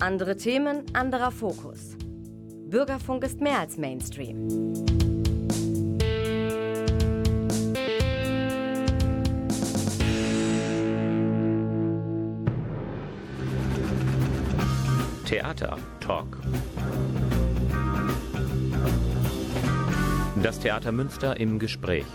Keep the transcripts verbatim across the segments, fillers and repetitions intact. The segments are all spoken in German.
Andere Themen, anderer Fokus. Bürgerfunk ist mehr als Mainstream. Theater Talk. Das Theater Münster im Gespräch.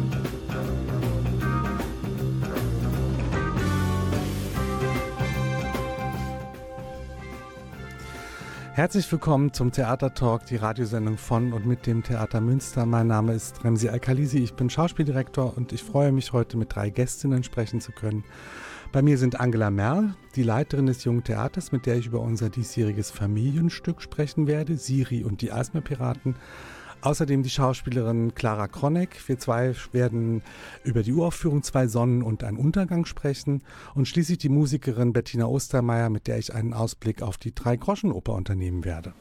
Herzlich willkommen zum Theater Talk, die Radiosendung von und mit dem Theater Münster. Mein Name ist Remzi Al-Khalisi, ich bin Schauspieldirektor und ich freue mich, heute mit drei Gästinnen sprechen zu können. Bei mir sind Angela Merl, die Leiterin des Jungen Theaters, mit der ich über unser diesjähriges Familienstück sprechen werde, Siri und die Eismeerpiraten. Außerdem die Schauspielerin Clara Kronek. Wir zwei werden über die Uraufführung Zwei Sonnen und ein Untergang sprechen. Und schließlich die Musikerin Bettina Ostermeier, mit der ich einen Ausblick auf die Drei-Groschen-Oper unternehmen werde.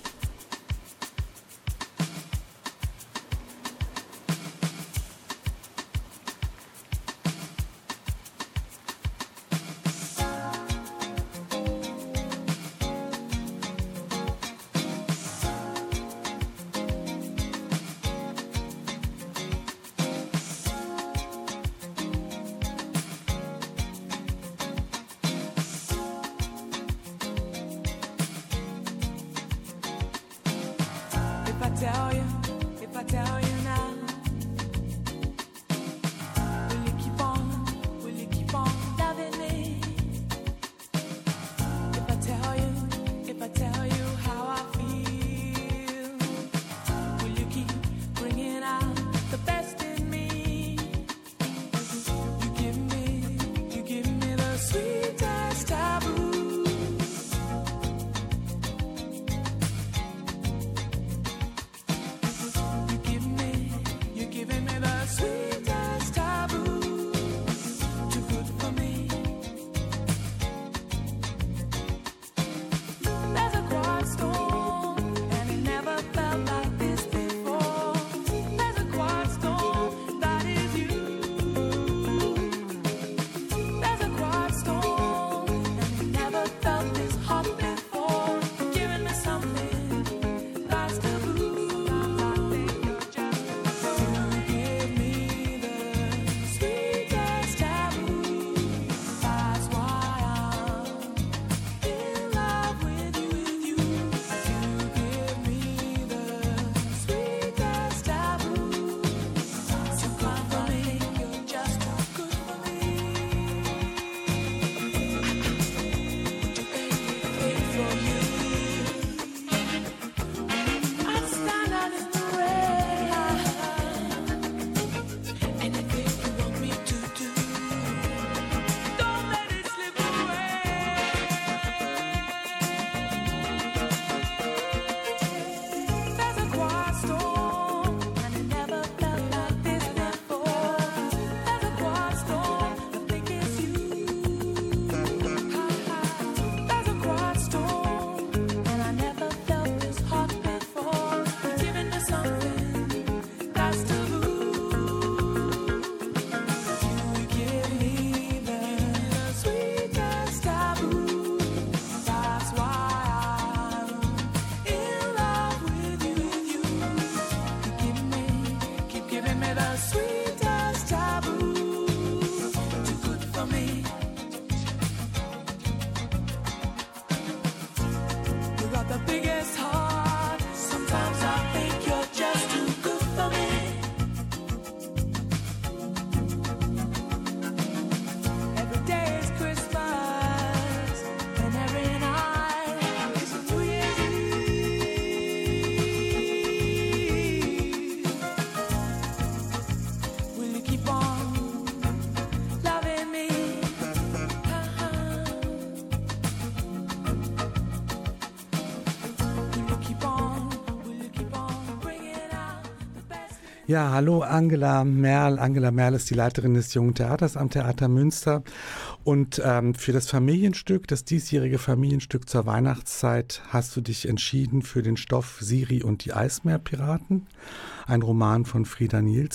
Ja, hallo Angela Merl. Angela Merl ist die Leiterin des Jungen Theaters am Theater Münster. Und ähm, für das Familienstück, das diesjährige Familienstück zur Weihnachtszeit, hast du dich entschieden für den Stoff Siri und die Eismeerpiraten, ein Roman von Frida Nielsen.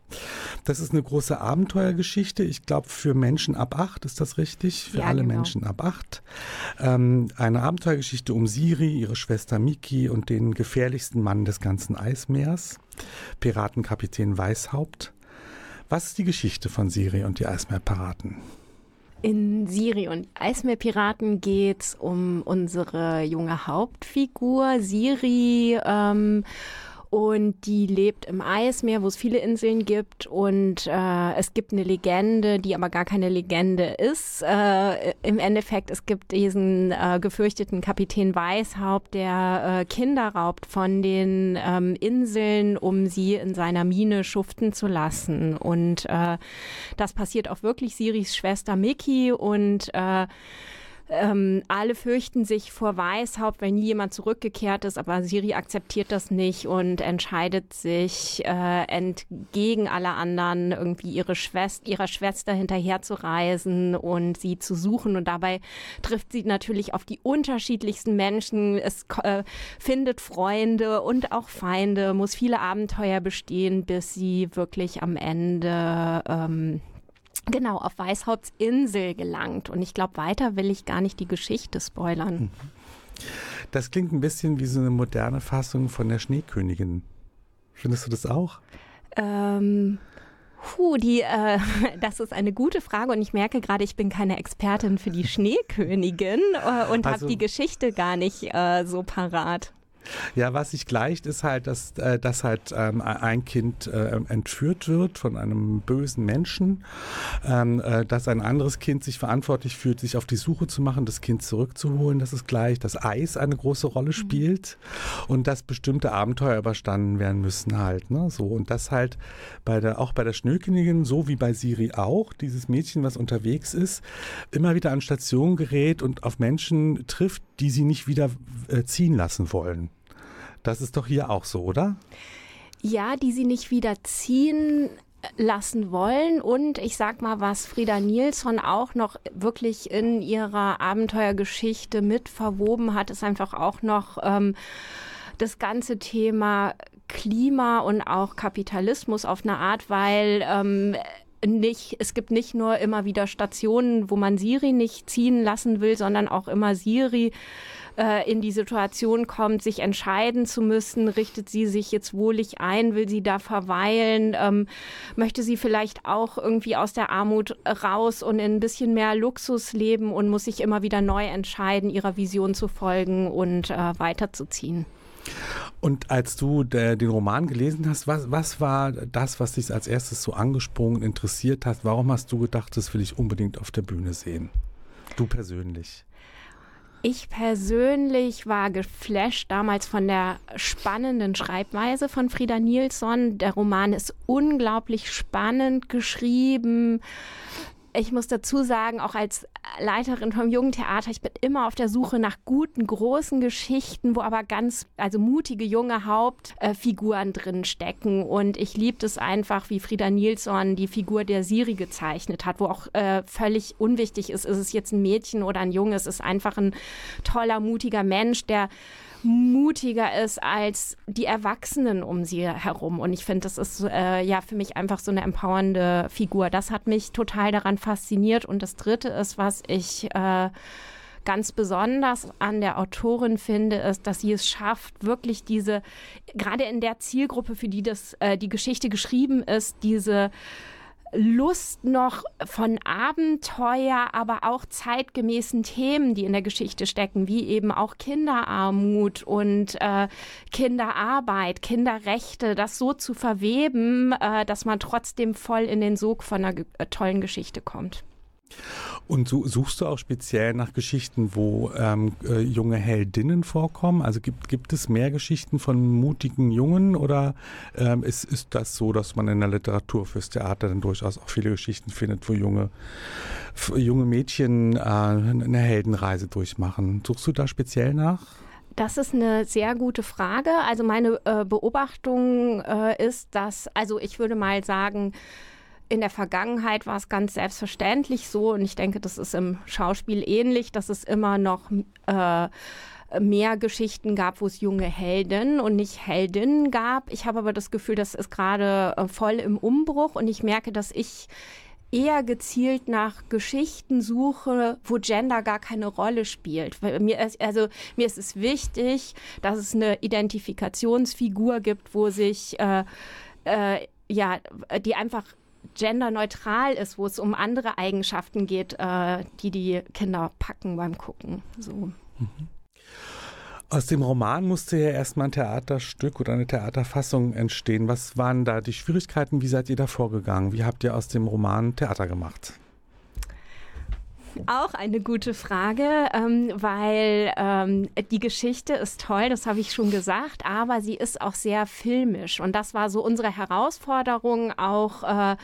Das ist eine große Abenteuergeschichte. Ich glaube, für Menschen ab acht, ist das richtig? Für ja, alle genau. Menschen ab acht. Ähm, eine Abenteuergeschichte um Siri, ihre Schwester Miki und den gefährlichsten Mann des ganzen Eismeers, Piratenkapitän Weißhaupt. Was ist die Geschichte von Siri und die Eismeerpiraten? In Siri und Eismeerpiraten geht es um unsere junge Hauptfigur, Siri, ähm, und die lebt im Eismeer, wo es viele Inseln gibt, und äh, es gibt eine Legende, die aber gar keine Legende ist. Äh, im Endeffekt, es gibt diesen äh, gefürchteten Kapitän Weißhaupt, der äh, Kinder raubt von den ähm, Inseln, um sie in seiner Mine schuften zu lassen. Und äh, das passiert auch wirklich Siris Schwester Miki, und äh, Ähm, alle fürchten sich vor Weißhaupt, weil nie jemand zurückgekehrt ist, aber Siri akzeptiert das nicht und entscheidet sich äh, entgegen aller anderen irgendwie ihre Schwester, ihrer Schwester hinterher zu reisen und sie zu suchen, und dabei trifft sie natürlich auf die unterschiedlichsten Menschen. Es äh, findet Freunde und auch Feinde, muss viele Abenteuer bestehen, bis sie wirklich am Ende ähm, Genau, auf Weißhaupts Insel gelangt. Und ich glaube, weiter will ich gar nicht die Geschichte spoilern. Das klingt ein bisschen wie so eine moderne Fassung von der Schneekönigin. Findest du das auch? Ähm, puh, die, äh, das ist eine gute Frage, und ich merke gerade, ich bin keine Expertin für die Schneekönigin äh, und Also, habe die Geschichte gar nicht äh, so parat. Ja, was sich gleicht, ist halt, dass, äh, dass halt ähm, ein Kind äh, entführt wird von einem bösen Menschen, ähm, äh, dass ein anderes Kind sich verantwortlich fühlt, sich auf die Suche zu machen, das Kind zurückzuholen. Das ist gleich, dass Eis eine große Rolle spielt, mhm. und dass bestimmte Abenteuer überstanden werden müssen halt. Ne? So, und das halt bei der, auch bei der Schneekönigin, so wie bei Siri auch, dieses Mädchen, was unterwegs ist, immer wieder an Stationen gerät und auf Menschen trifft, die sie nicht wieder äh, ziehen lassen wollen. Das ist doch hier auch so, oder? Ja, die sie nicht wieder ziehen lassen wollen. Und ich sag mal, was Frida Nilsson auch noch wirklich in ihrer Abenteuergeschichte mit verwoben hat, ist einfach auch noch ähm, das ganze Thema Klima und auch Kapitalismus auf eine Art, weil ähm, nicht, es gibt nicht nur immer wieder Stationen, wo man Siri nicht ziehen lassen will, sondern auch immer Siri in die Situation kommt, sich entscheiden zu müssen, richtet sie sich jetzt wohlig ein, will sie da verweilen, ähm, möchte sie vielleicht auch irgendwie aus der Armut raus und in ein bisschen mehr Luxus leben und muss sich immer wieder neu entscheiden, ihrer Vision zu folgen und äh, weiterzuziehen. Und als du der, den Roman gelesen hast, was, was war das, was dich als erstes so angesprungen, interessiert hat? Warum hast du gedacht, das will ich unbedingt auf der Bühne sehen? Du persönlich. Ich persönlich war geflasht damals von der spannenden Schreibweise von Frida Nilsson. Der Roman ist unglaublich spannend geschrieben. Ich muss dazu sagen, auch als Leiterin vom Jungen Theater, ich bin immer auf der Suche nach guten, großen Geschichten, wo aber ganz, also mutige junge Hauptfiguren drin stecken. Und ich liebte es einfach, wie Frida Nilsson die Figur der Siri gezeichnet hat, wo auch äh, völlig unwichtig ist, ist es jetzt ein Mädchen oder ein Junge. Es ist einfach ein toller, mutiger Mensch, der mutiger ist als die Erwachsenen um sie herum. Und ich finde, das ist äh, ja für mich einfach so eine empowernde Figur. Das hat mich total daran fasziniert. Und das Dritte ist, was ich äh, ganz besonders an der Autorin finde, ist, dass sie es schafft, wirklich diese, gerade in der Zielgruppe, für die das, äh, die Geschichte geschrieben ist, diese Lust noch von Abenteuer, aber auch zeitgemäßen Themen, die in der Geschichte stecken, wie eben auch Kinderarmut und äh, Kinderarbeit, Kinderrechte, das so zu verweben, äh, dass man trotzdem voll in den Sog von einer äh, tollen Geschichte kommt. Und so, suchst du auch speziell nach Geschichten, wo ähm, äh, junge Heldinnen vorkommen? Also gibt, gibt es mehr Geschichten von mutigen Jungen, oder ähm, ist, ist das so, dass man in der Literatur fürs Theater dann durchaus auch viele Geschichten findet, wo junge, junge Mädchen äh, eine Heldenreise durchmachen? Suchst du da speziell nach? Das ist eine sehr gute Frage. Also meine äh, Beobachtung äh, ist, dass, also ich würde mal sagen, in der Vergangenheit war es ganz selbstverständlich so und ich denke, das ist im Schauspiel ähnlich, dass es immer noch äh, mehr Geschichten gab, wo es junge Helden und nicht Heldinnen gab. Ich habe aber das Gefühl, das ist gerade äh, voll im Umbruch und ich merke, dass ich eher gezielt nach Geschichten suche, wo Gender gar keine Rolle spielt. Weil mir ist, also, mir ist es wichtig, dass es eine Identifikationsfigur gibt, wo sich, äh, äh, ja, die einfach genderneutral ist, wo es um andere Eigenschaften geht, äh, die die Kinder packen beim Gucken. So. Mhm. Aus dem Roman musste ja erstmal ein Theaterstück oder eine Theaterfassung entstehen. Was waren da die Schwierigkeiten? Wie seid ihr da vorgegangen? Wie habt ihr aus dem Roman Theater gemacht? Auch eine gute Frage, ähm, weil ähm, die Geschichte ist toll, das habe ich schon gesagt, aber sie ist auch sehr filmisch. Und das war so unsere Herausforderung, auch äh,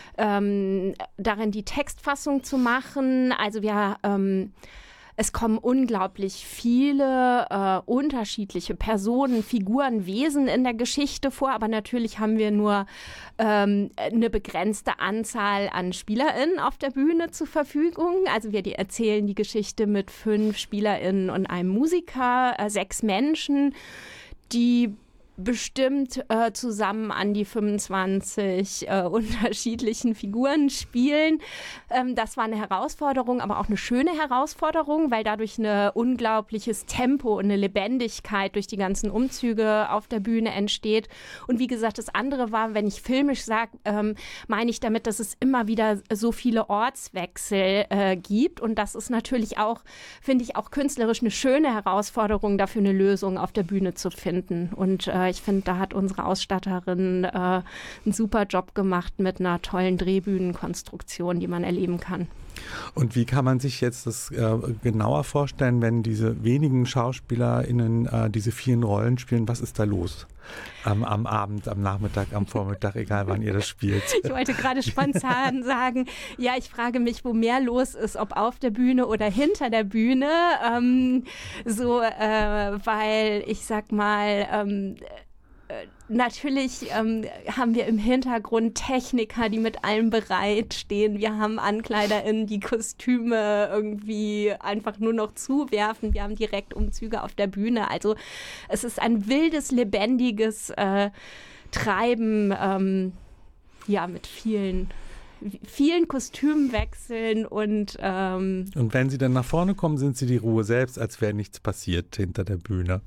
ähm, darin die Textfassung zu machen. Also wir ähm, Es kommen unglaublich viele äh, unterschiedliche Personen, Figuren, Wesen in der Geschichte vor, aber natürlich haben wir nur ähm, eine begrenzte Anzahl an SpielerInnen auf der Bühne zur Verfügung. Also wir die erzählen die Geschichte mit fünf SpielerInnen und einem Musiker, äh, sechs Menschen, die bestimmt äh, zusammen an die fünfundzwanzig äh, unterschiedlichen Figuren spielen. Ähm, das war eine Herausforderung, aber auch eine schöne Herausforderung, weil dadurch ein unglaubliches Tempo und eine Lebendigkeit durch die ganzen Umzüge auf der Bühne entsteht. Und wie gesagt, das andere war, wenn ich filmisch sage, ähm, meine ich damit, dass es immer wieder so viele Ortswechsel äh, gibt. Und das ist natürlich auch, finde ich, auch künstlerisch eine schöne Herausforderung, dafür eine Lösung auf der Bühne zu finden. Und äh, ich finde, da hat unsere Ausstatterin äh, einen super Job gemacht mit einer tollen Drehbühnenkonstruktion, die man erleben kann. Und wie kann man sich jetzt das äh, genauer vorstellen, wenn diese wenigen SchauspielerInnen äh, diese vielen Rollen spielen? Was ist da los? Am, am Abend, am Nachmittag, am Vormittag, egal wann ihr das spielt. Ich wollte gerade spontan sagen, ja, ich frage mich, wo mehr los ist, ob auf der Bühne oder hinter der Bühne. Ähm, so, äh, weil ich sag mal, ähm, natürlich ähm, haben wir im Hintergrund Techniker, die mit allem bereitstehen. Wir haben AnkleiderInnen, die Kostüme irgendwie einfach nur noch zuwerfen. Wir haben direkt Umzüge auf der Bühne. Also es ist ein wildes, lebendiges äh, Treiben, ähm, ja, mit vielen vielen Kostümwechseln und ähm Und wenn sie dann nach vorne kommen, sind sie die Ruhe selbst, als wäre nichts passiert hinter der Bühne.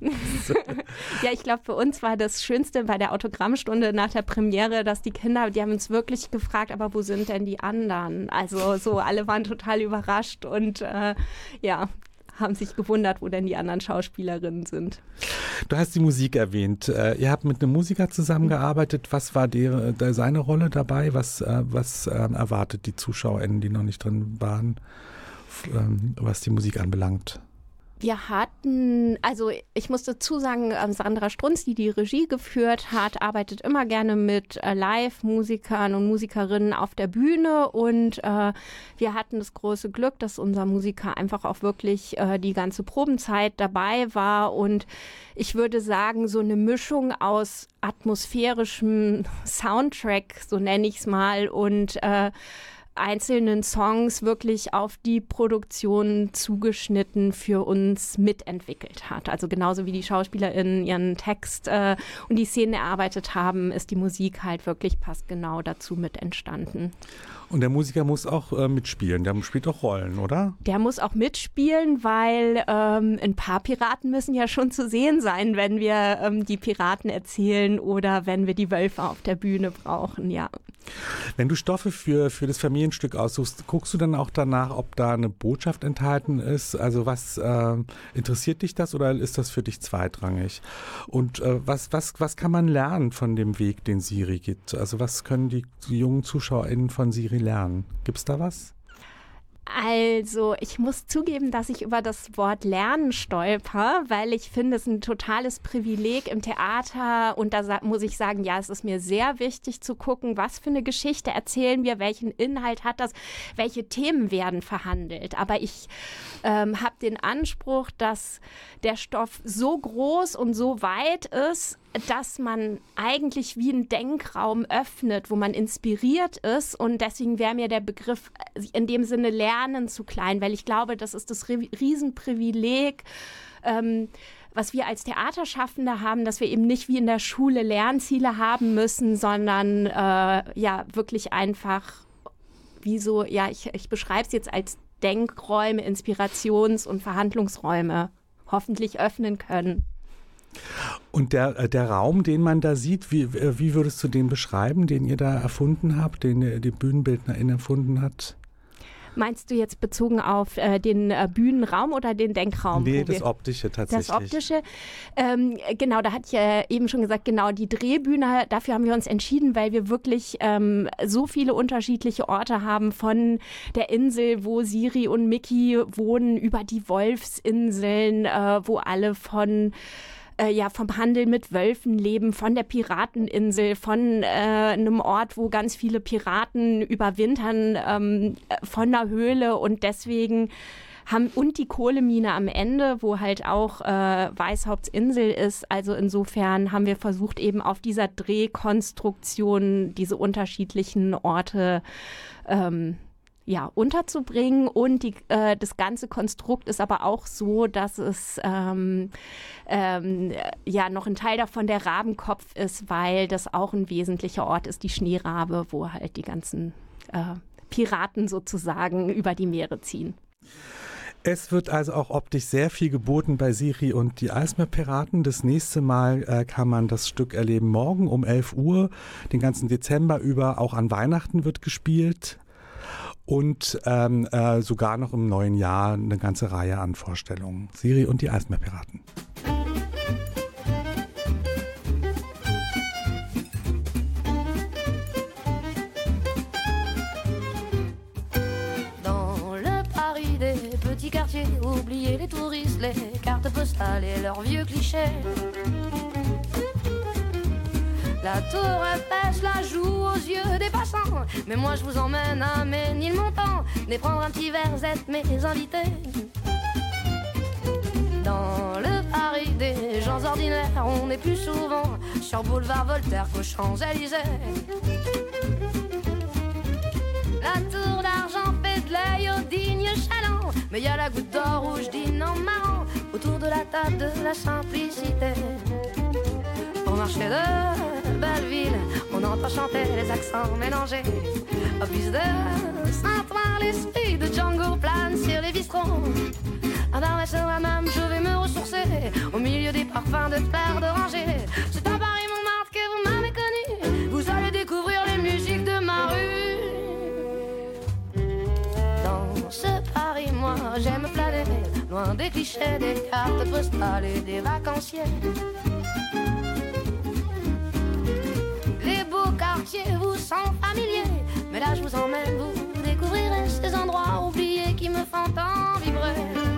Ja, ich glaube, für uns war das Schönste bei der Autogrammstunde nach der Premiere, dass die Kinder, die haben uns wirklich gefragt, aber wo sind denn die anderen? Also so, alle waren total überrascht und äh, ja, haben sich gewundert, wo denn die anderen Schauspielerinnen sind. Du hast die Musik erwähnt. Äh, ihr habt mit einem Musiker zusammengearbeitet. Was war der, der, seine Rolle dabei? Was, äh, was äh, erwartet die ZuschauerInnen, die noch nicht drin waren, ähm, was die Musik anbelangt? Wir hatten, also ich muss dazu sagen, Sandra Strunz, die die Regie geführt hat, arbeitet immer gerne mit äh, Live-Musikern und Musikerinnen auf der Bühne und äh, wir hatten das große Glück, dass unser Musiker einfach auch wirklich äh, die ganze Probenzeit dabei war und ich würde sagen, so eine Mischung aus atmosphärischem Soundtrack, so nenne ich es mal, und äh, einzelnen Songs wirklich auf die Produktion zugeschnitten für uns mitentwickelt hat. Also genauso wie die SchauspielerInnen ihren Text äh, und die Szenen erarbeitet haben, ist die Musik halt wirklich passgenau dazu mit entstanden. Und der Musiker muss auch äh, mitspielen, der spielt auch Rollen, oder? Der muss auch mitspielen, weil ähm, ein paar Piraten müssen ja schon zu sehen sein, wenn wir ähm, die Piraten erzählen oder wenn wir die Wölfe auf der Bühne brauchen, ja. Wenn du Stoffe für, für das Familienstück aussuchst, guckst du dann auch danach, ob da eine Botschaft enthalten ist? Also was äh, interessiert dich das oder ist das für dich zweitrangig? Und äh, was, was, was kann man lernen von dem Weg, den Siri geht? Also was können die, die jungen ZuschauerInnen von Siri lernen? Gibt es da was? Also ich muss zugeben, dass ich über das Wort Lernen stolper, weil ich finde, es ein totales Privileg im Theater und da muss ich sagen, ja, es ist mir sehr wichtig zu gucken, was für eine Geschichte erzählen wir, welchen Inhalt hat das, welche Themen werden verhandelt. Aber ich ähm, habe den Anspruch, dass der Stoff so groß und so weit ist, dass man eigentlich wie einen Denkraum öffnet, wo man inspiriert ist. Und deswegen wäre mir der Begriff in dem Sinne Lernen zu klein, weil ich glaube, das ist das Riesenprivileg, ähm, was wir als Theaterschaffende haben, dass wir eben nicht wie in der Schule Lernziele haben müssen, sondern äh, ja wirklich einfach wie so, ja, ich, ich beschreibe es jetzt als Denkräume, Inspirations- und Verhandlungsräume hoffentlich öffnen können. Und der, der Raum, den man da sieht, wie, wie würdest du den beschreiben, den ihr da erfunden habt, den die Bühnenbildnerin erfunden hat? Meinst du jetzt bezogen auf äh, den äh, Bühnenraum oder den Denkraum? Nee, das Optische tatsächlich. Das Optische, ähm, genau, da hatte ich ja eben schon gesagt, genau, die Drehbühne, dafür haben wir uns entschieden, weil wir wirklich ähm, so viele unterschiedliche Orte haben, von der Insel, wo Siri und Mickey wohnen, über die Wolfsinseln, äh, wo alle von ja, vom Handel mit Wölfen leben, von der Pirateninsel, von äh, einem Ort, wo ganz viele Piraten überwintern, ähm, von der Höhle und deswegen haben, und die Kohlemine am Ende, wo halt auch äh, Weißhauptsinsel ist. Also insofern haben wir versucht, eben auf dieser Drehkonstruktion diese unterschiedlichen Orte ähm, ja, unterzubringen und die, äh, das ganze Konstrukt ist aber auch so, dass es ähm, ähm, ja noch ein Teil davon der Rabenkopf ist, weil das auch ein wesentlicher Ort ist, die Schneerabe, wo halt die ganzen äh, Piraten sozusagen über die Meere ziehen. Es wird also auch optisch sehr viel geboten bei Siri und die Eismeerpiraten. Das nächste Mal äh, kann man das Stück erleben morgen um elf Uhr. Den ganzen Dezember über, auch an Weihnachten wird gespielt. Und ähm, äh, sogar noch im neuen Jahr eine ganze Reihe an Vorstellungen. Siri und die Eismeerpiraten. Dans le Paris des petits quartiers, oubliez les touristes, les cartes postales et leurs vieux clichés. La tour Eiffel la joue aux yeux des passants, mais moi je vous emmène à Ménilmontant, venez prendre un petit verre, vous êtes mes invités. Dans le Paris des gens ordinaires, on est plus souvent sur boulevard Voltaire qu'aux Champs-Élysées. La tour d'argent fait de l'œil au digne chaland, mais y a la goutte d'or rouge dîne en marrant, autour de la table de la simplicité. Au marché de Belleville, on entend chanter les accents mélangés. Au bus de Saint-Ouen, l'esprit de Django plane sur les bistrots. À Barbès à même, je vais me ressourcer au milieu des parfums de fleurs d'oranger. C'est à Paris Montmartre que vous m'avez connu, vous allez découvrir les musiques de ma rue. Dans ce Paris, moi j'aime planer, loin des clichés, des cartes postales et des vacanciers. Quartiers vous sont familiers, mais là je vous emmène, vous découvrirez ces endroits oubliés qui me font tant vibrer.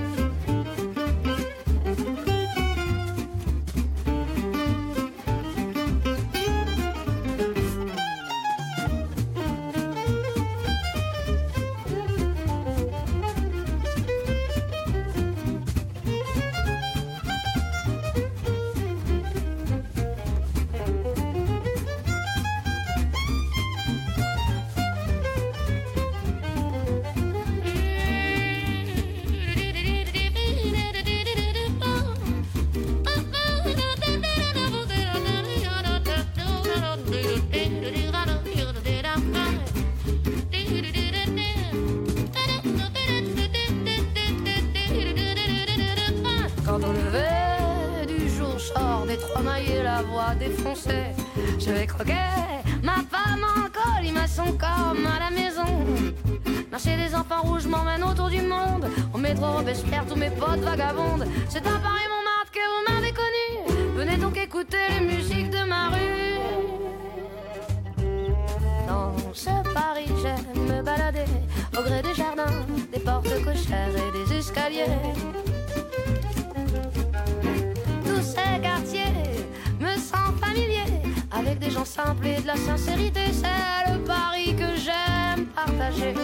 Défoncé, je vais croquer ma femme en colimaçon comme à la maison. Marché des enfants rouges m'emmène autour du monde. Au métro Robespierre, tous mes potes vagabondes. C'est à Paris Montmartre que vous m'avez connu. Venez donc écouter les musiques de ma rue. Dans ce Paris j'aime me balader au gré des jardins, des portes cochères et des escaliers. Tous ces quartiers me sens familier, avec des gens simples et de la sincérité. C'est le Paris que j'aime partager.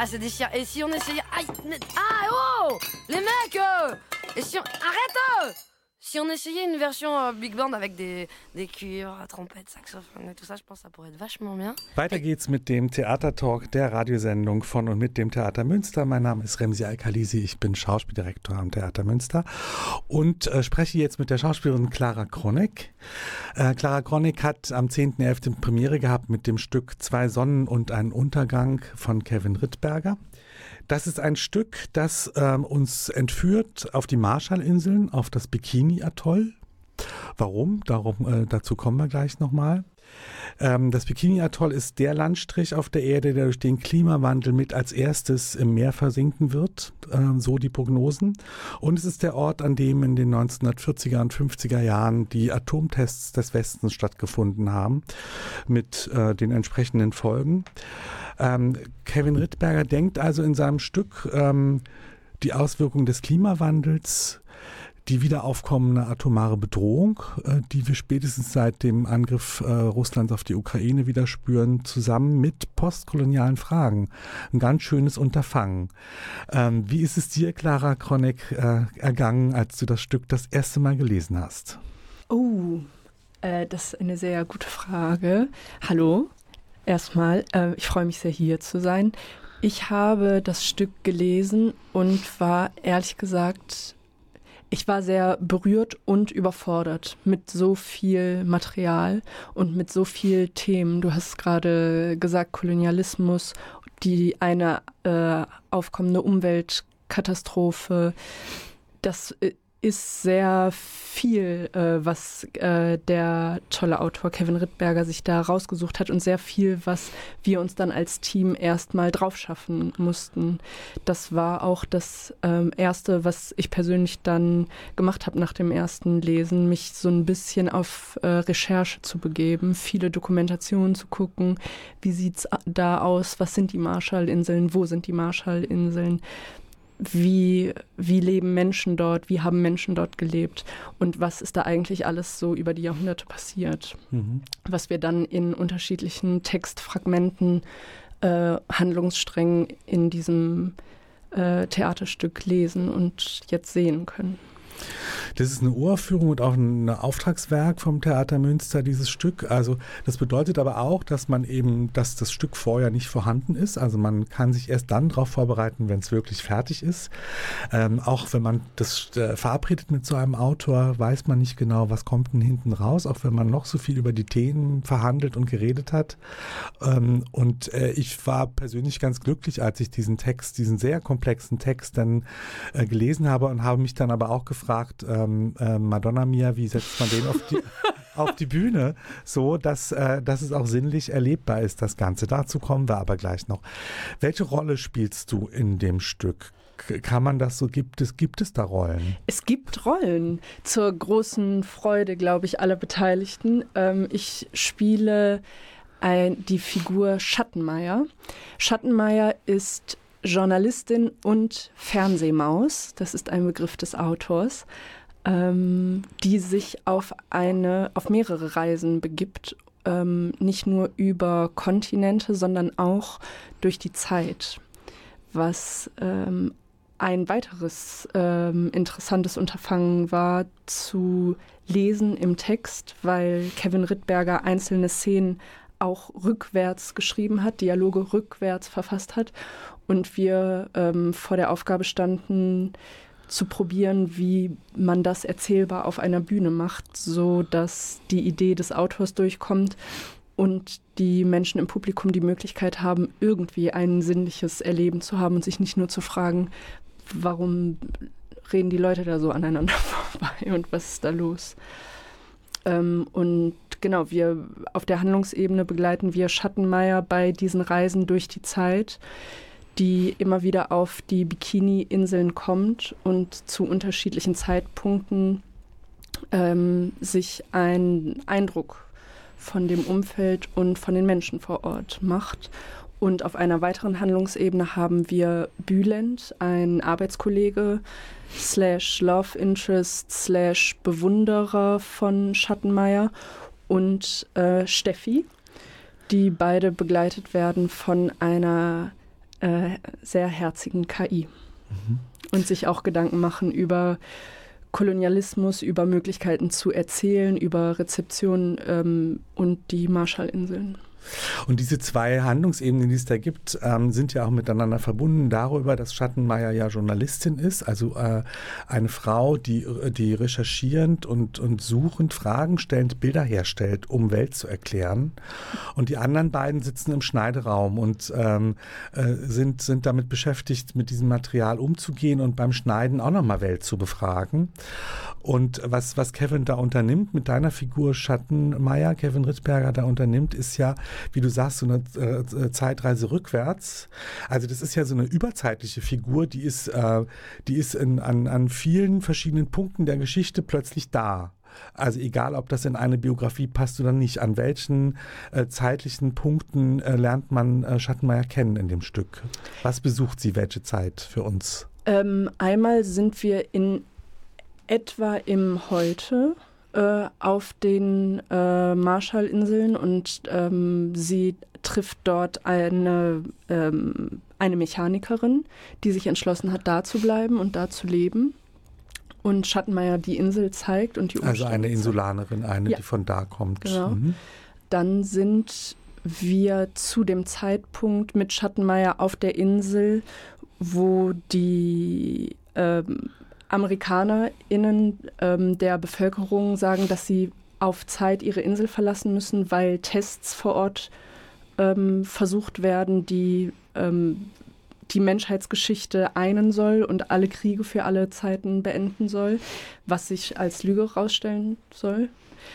Ah, c'est déchirant. Et si on essayait... Aïe, mais... Ah, oh, les mecs euh... Et si on... Arrête euh... Si on essayait une version euh, Big Band avec des, des cuivres, Trompette, Saxophon et tout ça, je pense, ça pourrait être vachement bien. Weiter geht's mit dem Theatertalk der Radiosendung von und mit dem Theater Münster. Mein Name ist Remzi Alkalisi, ich bin Schauspieldirektor am Theater Münster und äh, spreche jetzt mit der Schauspielerin Clara Kronek. Äh, Clara Kronek hat am zehnten elften Premiere gehabt mit dem Stück Zwei Sonnen und ein Untergang von Kevin Rittberger. Das ist ein Stück, das ähm, uns entführt auf die Marshallinseln, auf das Bikini-Atoll. Warum? Darum, äh, dazu kommen wir gleich nochmal. Ähm, das Bikini-Atoll ist der Landstrich auf der Erde, der durch den Klimawandel mit als erstes im Meer versinken wird, äh, so die Prognosen. Und es ist der Ort, an dem in den neunzehnhundertvierziger und fünfziger Jahren die Atomtests des Westens stattgefunden haben, mit äh, den entsprechenden Folgen. Ähm, Kevin Rittberger denkt also in seinem Stück ähm, die Auswirkungen des Klimawandels, die wieder aufkommende atomare Bedrohung, äh, die wir spätestens seit dem Angriff äh, Russlands auf die Ukraine wieder spüren, zusammen mit postkolonialen Fragen. Ein ganz schönes Unterfangen. Ähm, wie ist es dir, Clara Kronek, äh, ergangen, als du das Stück das erste Mal gelesen hast? Oh, äh, das ist eine sehr gute Frage. Hallo. Erstmal, äh, ich freue mich sehr, hier zu sein. Ich habe das Stück gelesen und war ehrlich gesagt, ich war sehr berührt und überfordert mit so viel Material und mit so viel Themen. Du hast gerade gesagt, Kolonialismus, die eine äh, aufkommende Umweltkatastrophe. Das ist sehr viel, äh, was äh, der tolle Autor Kevin Rittberger sich da rausgesucht hat und sehr viel, was wir uns dann als Team erstmal drauf schaffen mussten. Das war auch das ähm, Erste, was ich persönlich dann gemacht habe nach dem ersten Lesen, mich so ein bisschen auf äh, Recherche zu begeben, viele Dokumentationen zu gucken, wie sieht's da aus, was sind die Marshallinseln, wo sind die Marshallinseln, Wie, wie leben Menschen dort, wie haben Menschen dort gelebt und was ist da eigentlich alles so über die Jahrhunderte passiert, mhm. was wir dann in unterschiedlichen Textfragmenten, äh, Handlungssträngen in diesem äh, Theaterstück lesen und jetzt sehen können. Das ist eine Uraufführung und auch ein Auftragswerk vom Theater Münster, dieses Stück. Also das bedeutet aber auch, dass man eben, dass das Stück vorher nicht vorhanden ist. Also man kann sich erst dann darauf vorbereiten, wenn es wirklich fertig ist. Ähm, auch wenn man das äh, verabredet mit so einem Autor, weiß man nicht genau, was kommt denn hinten raus, auch wenn man noch so viel über die Themen verhandelt und geredet hat. Ähm, und äh, ich war persönlich ganz glücklich, als ich diesen Text, diesen sehr komplexen Text dann äh, gelesen habe und habe mich dann aber auch gefragt, ähm, äh, Madonna Mia, wie setzt man den auf die, auf die Bühne, so dass, äh, dass es auch sinnlich erlebbar ist, das Ganze. Dazu kommen wir aber gleich noch. Welche Rolle spielst du in dem Stück? Kann man das so, gibt es, gibt es da Rollen? Es gibt Rollen, zur großen Freude, glaube ich, aller Beteiligten. Ähm, ich spiele ein, die Figur Schattenmeier. Schattenmeier ist Journalistin und Fernsehmaus, das ist ein Begriff des Autors, ähm, die sich auf eine, auf mehrere Reisen begibt, ähm, nicht nur über Kontinente, sondern auch durch die Zeit, was ähm, ein weiteres ähm, interessantes Unterfangen war, zu lesen im Text, weil Kevin Rittberger einzelne Szenen auch rückwärts geschrieben hat, Dialoge rückwärts verfasst hat und wir ähm, vor der Aufgabe standen, zu probieren, wie man das erzählbar auf einer Bühne macht, so dass die Idee des Autors durchkommt und die Menschen im Publikum die Möglichkeit haben, irgendwie ein sinnliches Erleben zu haben und sich nicht nur zu fragen, warum reden die Leute da so aneinander vorbei und was ist da los? Ähm, und genau, wir auf der Handlungsebene begleiten wir Schattenmeier bei diesen Reisen durch die Zeit, die immer wieder auf die Bikini-Inseln kommt und zu unterschiedlichen Zeitpunkten ähm, sich einen Eindruck von dem Umfeld und von den Menschen vor Ort macht. Und auf einer weiteren Handlungsebene haben wir Bülent, ein Arbeitskollege, slash Love Interest, slash Bewunderer von Schattenmeier und äh, Steffi, die beide begleitet werden von einer äh, sehr herzigen K I. Mhm. Und sich auch Gedanken machen über Kolonialismus, über Möglichkeiten zu erzählen, über Rezeption ähm, und die Marshallinseln. Und diese zwei Handlungsebenen, die es da gibt, ähm, sind ja auch miteinander verbunden darüber, dass Schattenmeier ja Journalistin ist, also äh, eine Frau, die, die recherchierend und, und suchend, Fragen stellend Bilder herstellt, um Welt zu erklären. Und die anderen beiden sitzen im Schneideraum und ähm, äh, sind, sind damit beschäftigt, mit diesem Material umzugehen und beim Schneiden auch nochmal Welt zu befragen. Und was, was Kevin da unternimmt mit deiner Figur Schattenmeier, Kevin Rittberger da unternimmt, ist ja, wie du sagst, so eine äh, Zeitreise rückwärts. Also das ist ja so eine überzeitliche Figur, die ist, äh, die ist in, an, an vielen verschiedenen Punkten der Geschichte plötzlich da. Also egal, ob das in eine Biografie passt oder nicht, an welchen äh, zeitlichen Punkten äh, lernt man äh, Schattenmeier kennen in dem Stück? Was besucht sie, welche Zeit für uns? Ähm, einmal sind wir in etwa im Heute äh, auf den äh, Marshallinseln und ähm, sie trifft dort eine, ähm, eine Mechanikerin, die sich entschlossen hat, da zu bleiben und da zu leben. Und Schattenmeier die Insel zeigt und die Umstände. Also eine Insulanerin, eine, ja. die von da kommt. Genau. Mhm. Dann sind wir zu dem Zeitpunkt mit Schattenmeier auf der Insel, wo die ähm, AmerikanerInnen ähm, der Bevölkerung sagen, dass sie auf Zeit ihre Insel verlassen müssen, weil Tests vor Ort ähm, versucht werden, die ähm, die Menschheitsgeschichte einen soll und alle Kriege für alle Zeiten beenden soll, was sich als Lüge rausstellen soll.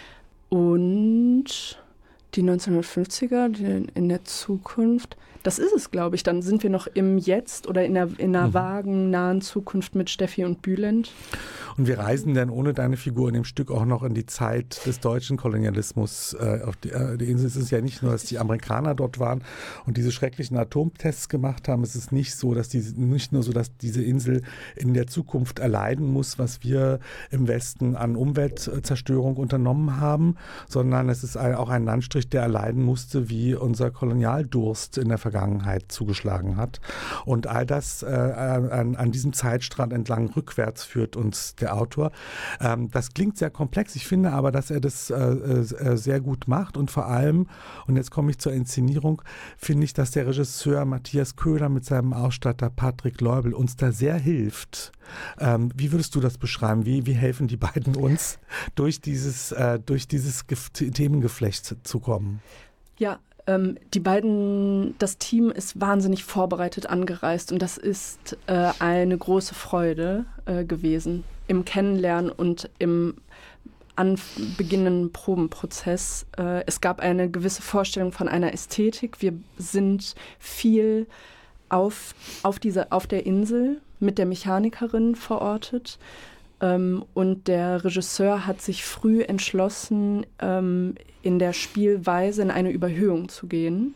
Und die neunzehnhundertfünfziger, die in der Zukunft, das ist es, glaube ich. Dann sind wir noch im Jetzt oder in einer, in einer mhm. vagen, nahen Zukunft mit Steffi und Bülent. Und wir reisen dann ohne deine Figur in dem Stück auch noch in die Zeit des deutschen Kolonialismus. Äh, auf die, äh, die Insel ist es ja nicht nur, dass die Amerikaner dort waren und diese schrecklichen Atomtests gemacht haben. Es ist nicht so, dass die, nicht nur so, dass diese Insel in der Zukunft erleiden muss, was wir im Westen an Umweltzerstörung unternommen haben, sondern es ist ein, auch ein Landstrich, der erleiden musste, wie unser Kolonialdurst in der Vergangenheit zugeschlagen hat. Und all das äh, an, an diesem Zeitstrand entlang rückwärts führt uns der Autor. Ähm, das klingt sehr komplex. Ich finde aber, dass er das äh, äh, sehr gut macht und vor allem, und jetzt komme ich zur Inszenierung, finde ich, dass der Regisseur Matthias Köhler mit seinem Ausstatter Patrick Leubel uns da sehr hilft. Ähm, wie würdest du das beschreiben? Wie, wie helfen die beiden uns, durch dieses, äh, durch dieses Ge- Themengeflecht zu kommen? Ja, ähm, die beiden, das Team ist wahnsinnig vorbereitet angereist und das ist äh, eine große Freude äh, gewesen im Kennenlernen und im anbeginnenden Probenprozess. Äh, es gab eine gewisse Vorstellung von einer Ästhetik. Wir sind viel auf, auf, diese, auf der Insel mit der Mechanikerin verortet. Ähm, und der Regisseur hat sich früh entschlossen, ähm, in der Spielweise in eine Überhöhung zu gehen,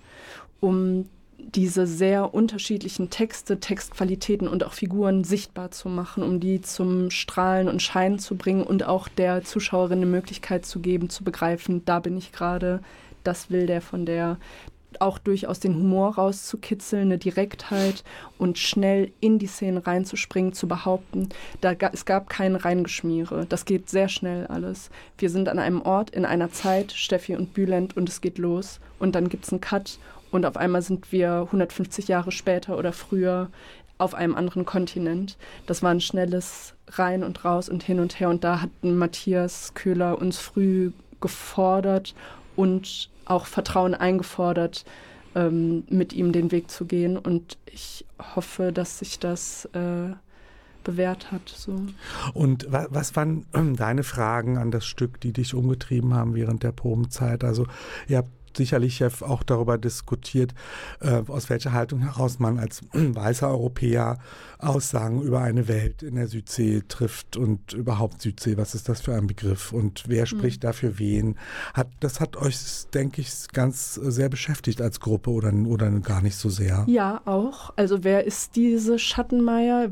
um diese sehr unterschiedlichen Texte, Textqualitäten und auch Figuren sichtbar zu machen, um die zum Strahlen und Scheinen zu bringen und auch der Zuschauerin eine Möglichkeit zu geben, zu begreifen, da bin ich gerade, das will der von der, auch durchaus den Humor rauszukitzeln, eine Direktheit und schnell in die Szenen reinzuspringen, zu behaupten, da, es gab kein Reingeschmiere. Das geht sehr schnell alles. Wir sind an einem Ort, in einer Zeit, Steffi und Bülent, und es geht los. Und dann gibt es einen Cut und auf einmal sind wir hundertfünfzig Jahre später oder früher auf einem anderen Kontinent. Das war ein schnelles Rein und Raus und hin und her. Und da hat Matthias Köhler uns früh gefordert und auch Vertrauen eingefordert, ähm, mit ihm den Weg zu gehen. Und ich hoffe, dass sich das äh, bewährt hat. So. Und wa- was waren äh, deine Fragen an das Stück, die dich umgetrieben haben während der Probenzeit? Also ihr habt sicherlich ja auch darüber diskutiert, äh, aus welcher Haltung heraus man als weißer Europäer Aussagen über eine Welt in der Südsee trifft und überhaupt Südsee, was ist das für ein Begriff und wer spricht mhm. da für wen? Hat, das hat euch, denke ich, ganz sehr beschäftigt als Gruppe oder, oder gar nicht so sehr? Ja, auch. Also wer ist diese Schattenmeier?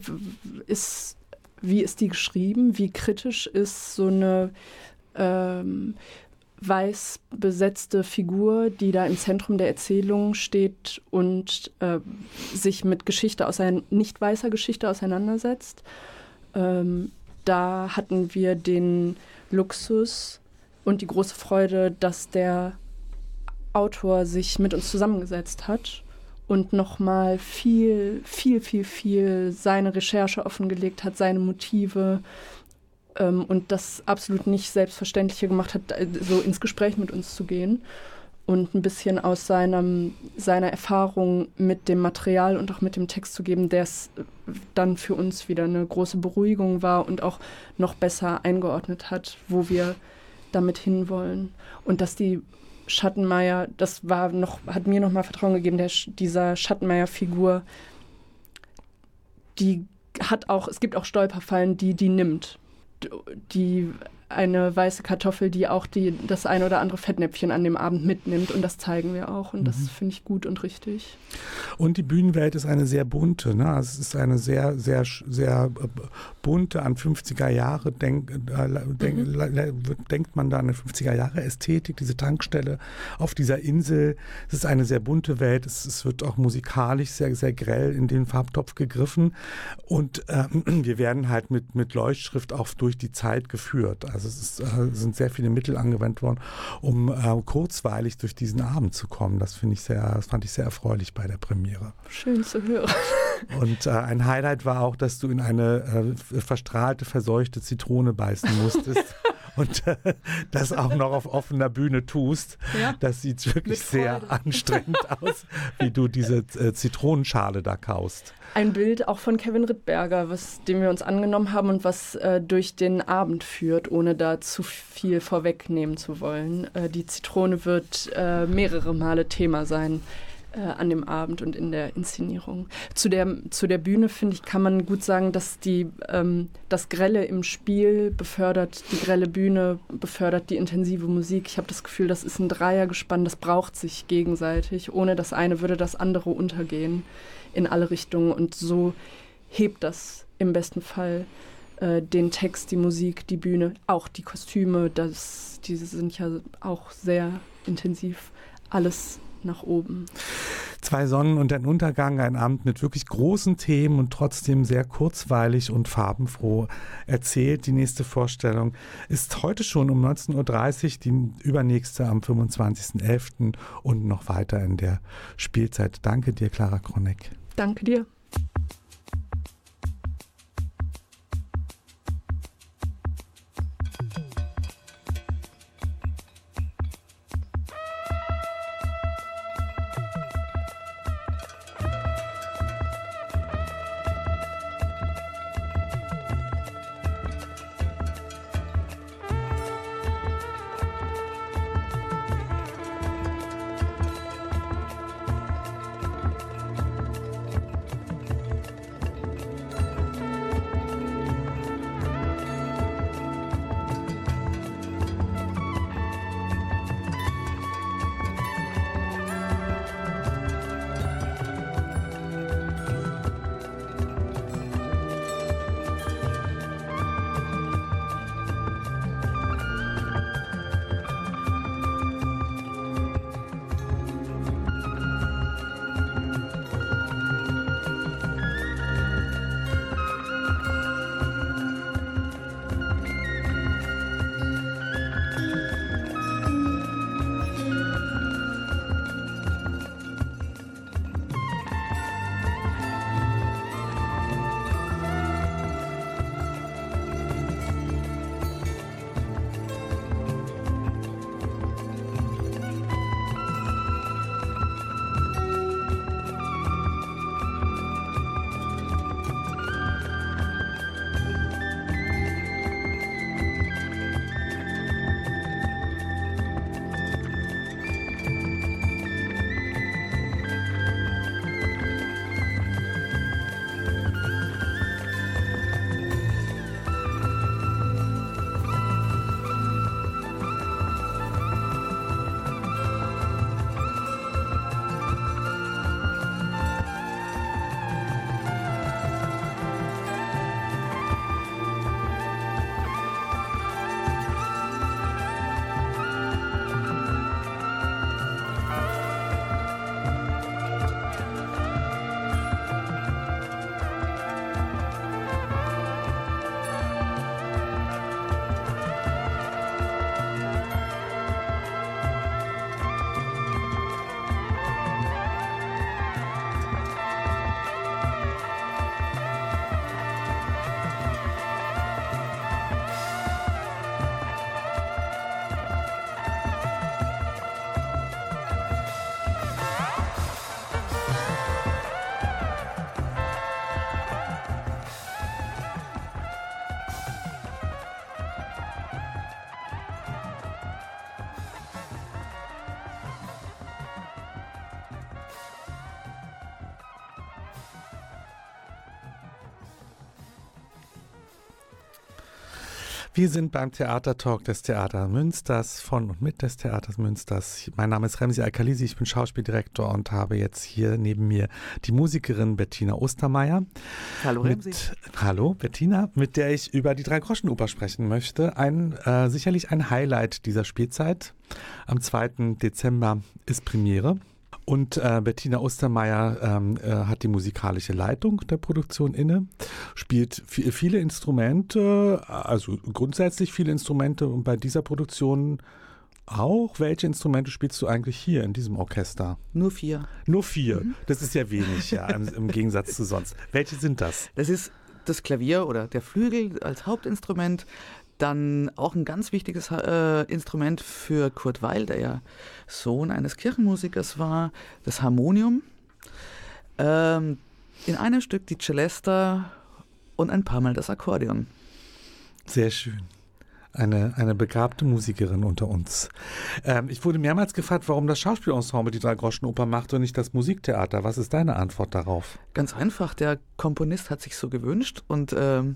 Ist, wie ist die geschrieben? Wie kritisch ist so eine ähm, weiß besetzte Figur, die da im Zentrum der Erzählung steht und äh, sich mit Geschichte ausein- nicht weißer Geschichte auseinandersetzt. Ähm, da hatten wir den Luxus und die große Freude, dass der Autor sich mit uns zusammengesetzt hat und nochmal viel, viel, viel, viel seine Recherche offengelegt hat, seine Motive, ähm, und das absolut nicht selbstverständlicher gemacht hat, so ins Gespräch mit uns zu gehen und ein bisschen aus seinem, seiner Erfahrung mit dem Material und auch mit dem Text zu geben, der es dann für uns wieder eine große Beruhigung war und auch noch besser eingeordnet hat, wo wir damit hinwollen. Und dass die Schattenmeier, das war noch, hat mir nochmal Vertrauen gegeben, der, dieser Schattenmeier-Figur, die hat auch, es gibt auch Stolperfallen, die die nimmt. Die eine weiße Kartoffel, die auch die, das ein oder andere Fettnäpfchen an dem Abend mitnimmt. Und das zeigen wir auch. Und das mhm. finde ich gut und richtig. Und die Bühnenwelt ist eine sehr bunte. Ne? Es ist eine sehr, sehr, sehr bunte, an fünfziger Jahre denk, denk, mhm. denkt man da an eine fünfziger Jahre Ästhetik, diese Tankstelle auf dieser Insel. Es ist eine sehr bunte Welt. Es, es wird auch musikalisch sehr, sehr grell in den Farbtopf gegriffen. Und ähm, wir werden halt mit, mit Leuchtschrift auch durch die Zeit geführt. Also es ist, äh, sind sehr viele Mittel angewendet worden, um äh, kurzweilig durch diesen Abend zu kommen. Das finde ich sehr, das fand ich sehr erfreulich bei der Premiere. Schön zu hören. Und äh, ein Highlight war auch, dass du in eine äh, verstrahlte, verseuchte Zitrone beißen musstest. Und äh, das auch noch auf offener Bühne tust. Ja. Das sieht wirklich sehr anstrengend aus, wie du diese äh, Zitronenschale da kaust. Ein Bild auch von Kevin Rittberger, was, dem wir uns angenommen haben und was äh, durch den Abend führt, ohne da zu viel vorwegnehmen zu wollen. Äh, die Zitrone wird äh, mehrere Male Thema sein äh, an dem Abend und in der Inszenierung. Zu der, zu der Bühne, finde ich, kann man gut sagen, dass die, ähm, das Grelle im Spiel befördert, die grelle Bühne befördert die intensive Musik. Ich habe das Gefühl, das ist ein Dreiergespann, das braucht sich gegenseitig. Ohne das eine würde das andere untergehen in alle Richtungen, und so hebt das im besten Fall äh, den Text, die Musik, die Bühne, auch die Kostüme, das, diese sind ja auch sehr intensiv, alles nach oben. Zwei Sonnen und ein Untergang, ein Abend mit wirklich großen Themen und trotzdem sehr kurzweilig und farbenfroh erzählt. Die nächste Vorstellung ist heute schon um neunzehn Uhr dreißig, die übernächste am fünfundzwanzigsten elften und noch weiter in der Spielzeit. Danke dir, Clara Kroneck. Danke dir. Wir sind beim Theatertalk des Theater Münsters, von und mit des Theaters Münsters. Mein Name ist Remzi Alkalisi, ich bin Schauspieldirektor und habe jetzt hier neben mir die Musikerin Bettina Ostermeier. Hallo Remzi. Mit, hallo Bettina, mit der ich über die Drei-Groschen-Oper sprechen möchte. Ein, äh, sicherlich ein Highlight dieser Spielzeit. Am zweiten Dezember ist Premiere. Und äh, Bettina Ostermeier ähm, äh, hat die musikalische Leitung der Produktion inne, spielt f- viele Instrumente, also grundsätzlich viele Instrumente und bei dieser Produktion auch. Welche Instrumente spielst du eigentlich hier in diesem Orchester? Nur vier. Nur vier, Mhm. das ist ja wenig, ja, im, im Gegensatz zu sonst. Welche sind das? Das ist das Klavier oder der Flügel als Hauptinstrument. Dann auch ein ganz wichtiges äh, Instrument für Kurt Weill, der ja Sohn eines Kirchenmusikers war, das Harmonium. Ähm, in einem Stück die Celesta und ein paar Mal das Akkordeon. Sehr schön. Eine, eine begabte Musikerin unter uns. Ähm, ich wurde mehrmals gefragt, warum das Schauspielensemble die Drei-Groschen-Oper macht und nicht das Musiktheater. Was ist deine Antwort darauf? Ganz einfach, der Komponist hat sich so gewünscht und ähm,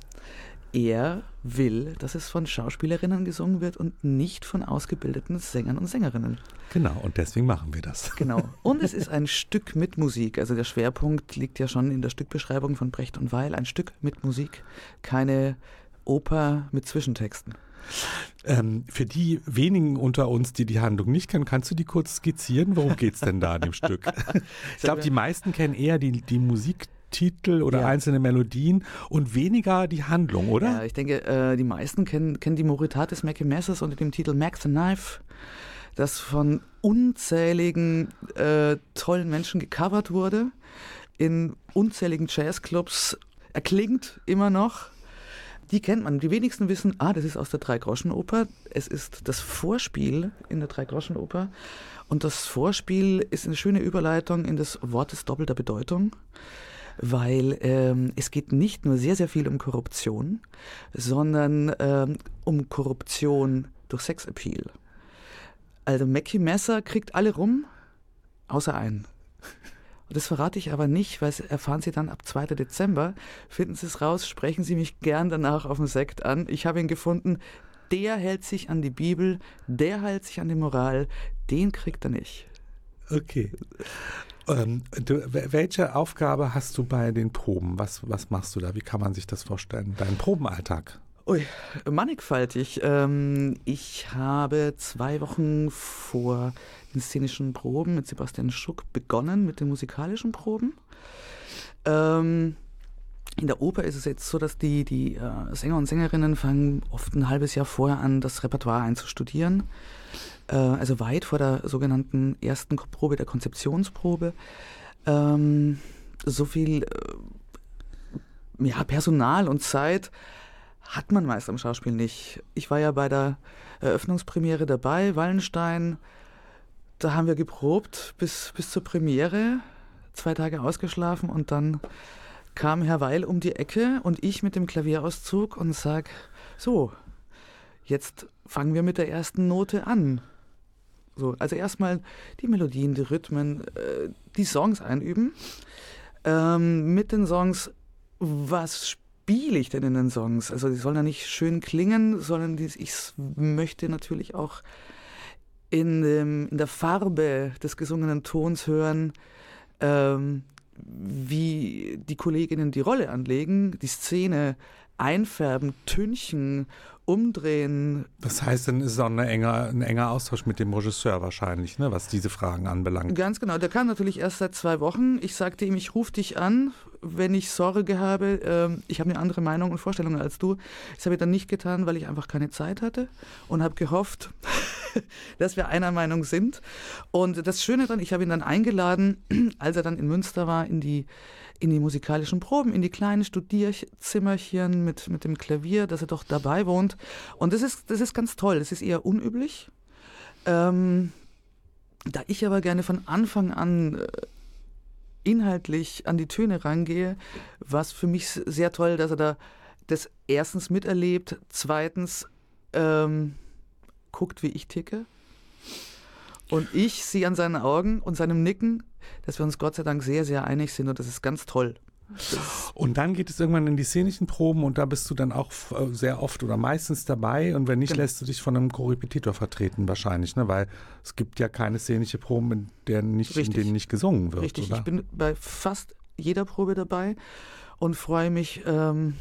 er will, dass es von Schauspielerinnen gesungen wird und nicht von ausgebildeten Sängern und Sängerinnen. Genau, und deswegen machen wir das. Genau. Und es ist ein Stück mit Musik. Also der Schwerpunkt liegt ja schon in der Stückbeschreibung von Brecht und Weil. Ein Stück mit Musik, keine Oper mit Zwischentexten. Ähm, für die wenigen unter uns, die die Handlung nicht kennen, kannst du die kurz skizzieren? Worum geht es denn da in dem Stück? Ich glaube, die meisten kennen eher die, die Musik. Titel oder ja. einzelne Melodien und weniger die Handlung, oder? Ja, ich denke, äh, die meisten kennen, kennen die Moritatis Mackie Messers unter dem Titel Mac the Knife, das von unzähligen äh, tollen Menschen gecovert wurde, in unzähligen Jazzclubs, erklingt immer noch. Die kennt man. Die wenigsten wissen, ah, das ist aus der Drei-Groschen-Oper. Es ist das Vorspiel in der Drei-Groschen-Oper. Und das Vorspiel ist eine schöne Überleitung in das Wort des doppelter Bedeutung. Weil ähm, es geht nicht nur sehr, sehr viel um Korruption, sondern ähm, um Korruption durch Sexappeal. Also Mackie Messer kriegt alle rum, außer einen. Und das verrate ich aber nicht, weil erfahren Sie dann ab zweiten Dezember. Finden Sie es raus, sprechen Sie mich gern danach auf dem Sekt an. Ich habe ihn gefunden, der hält sich an die Bibel, der hält sich an die Moral, den kriegt er nicht. Okay. Ähm, du, welche Aufgabe hast du bei den Proben? Was, was machst du da? Wie kann man sich das vorstellen? Dein Probenalltag? Ui, mannigfaltig. Ähm, ich habe zwei Wochen vor den szenischen Proben mit Sebastian Schuck begonnen, mit den musikalischen Proben. Ähm, in der Oper ist es jetzt so, dass die, die äh, Sänger und Sängerinnen fangen oft ein halbes Jahr vorher an, das Repertoire einzustudieren. Also weit vor der sogenannten ersten Probe, der Konzeptionsprobe. Ähm, so viel äh, ja, Personal und Zeit hat man meist am Schauspiel nicht. Ich war ja bei der Eröffnungspremiere dabei, Wallenstein. Da haben wir geprobt bis, bis zur Premiere, zwei Tage ausgeschlafen und dann kam Herr Weil um die Ecke und ich mit dem Klavierauszug und sag, so, jetzt fangen wir mit der ersten Note an. So, also erstmal die Melodien, die Rhythmen, äh, die Songs einüben. Ähm, mit den Songs, was spiele ich denn in den Songs? Also die sollen ja nicht schön klingen, sondern die, ich möchte natürlich auch in, dem, in der Farbe des gesungenen Tons hören, ähm, wie die Kolleginnen die Rolle anlegen, die Szene einfärben, tünchen, umdrehen. Das heißt, dann ist es auch eine enge, ein enger Austausch mit dem Regisseur wahrscheinlich, ne, was diese Fragen anbelangt. Ganz genau, der kann natürlich erst seit zwei Wochen. Ich sagte ihm, ich rufe dich an, wenn ich Sorge habe. Ähm, ich habe eine andere Meinung und Vorstellung als du. Das habe ich dann nicht getan, weil ich einfach keine Zeit hatte und habe gehofft, dass wir einer Meinung sind. Und das Schöne dann, ich habe ihn dann eingeladen, als er dann in Münster war, in die in die musikalischen Proben, in die kleinen Studierzimmerchen mit, mit dem Klavier, dass er doch dabei wohnt. Und das ist, das ist ganz toll, das ist eher unüblich. Ähm, da ich aber gerne von Anfang an äh, inhaltlich an die Töne rangehe, war es für mich sehr toll, dass er da das erstens miterlebt, zweitens ähm, guckt, wie ich ticke. Und ich sehe an seinen Augen und seinem Nicken, dass wir uns Gott sei Dank sehr, sehr einig sind und das ist ganz toll. Und dann geht es irgendwann in die szenischen Proben und da bist du dann auch sehr oft oder meistens dabei und wenn nicht, genau. lässt du dich von einem Korrepetitor vertreten wahrscheinlich, ne? Weil es gibt ja keine szenische Proben, in, der nicht, in denen nicht gesungen wird. Richtig, oder? Ich bin bei fast jeder Probe dabei und freue mich, ähm,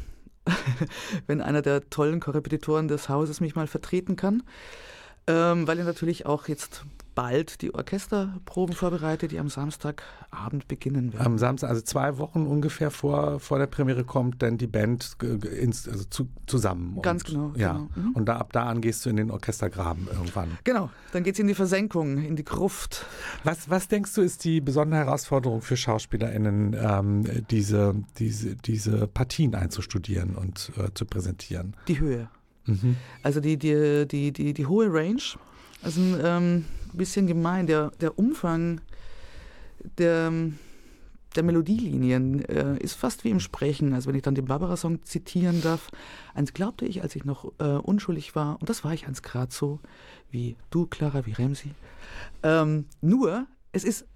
wenn einer der tollen Korrepetitoren des Hauses mich mal vertreten kann, ähm, weil er natürlich auch jetzt bald die Orchesterproben vorbereitet, die am Samstagabend beginnen werden. Am Samstag, also zwei Wochen ungefähr vor, vor der Premiere kommt dann die Band ins, also zu, zusammen. Ganz und, genau. Ja. genau. Mhm. Und da, ab da an gehst du in den Orchestergraben irgendwann. Genau, dann geht es in die Versenkung, in die Gruft. Was, was denkst du, ist die besondere Herausforderung für SchauspielerInnen, ähm, diese, diese, diese Partien einzustudieren und äh, zu präsentieren? Die Höhe. Mhm. Also die, die, die, die, die hohe Range. Also ein ähm, bisschen gemein, der, der Umfang der, der Melodielinien äh, ist fast wie im Sprechen. Also wenn ich dann den Barbara-Song zitieren darf, eins glaubte ich, als ich noch äh, unschuldig war, und das war ich eins grad so, wie du, Clara, wie Remsi. Ähm, nur, es ist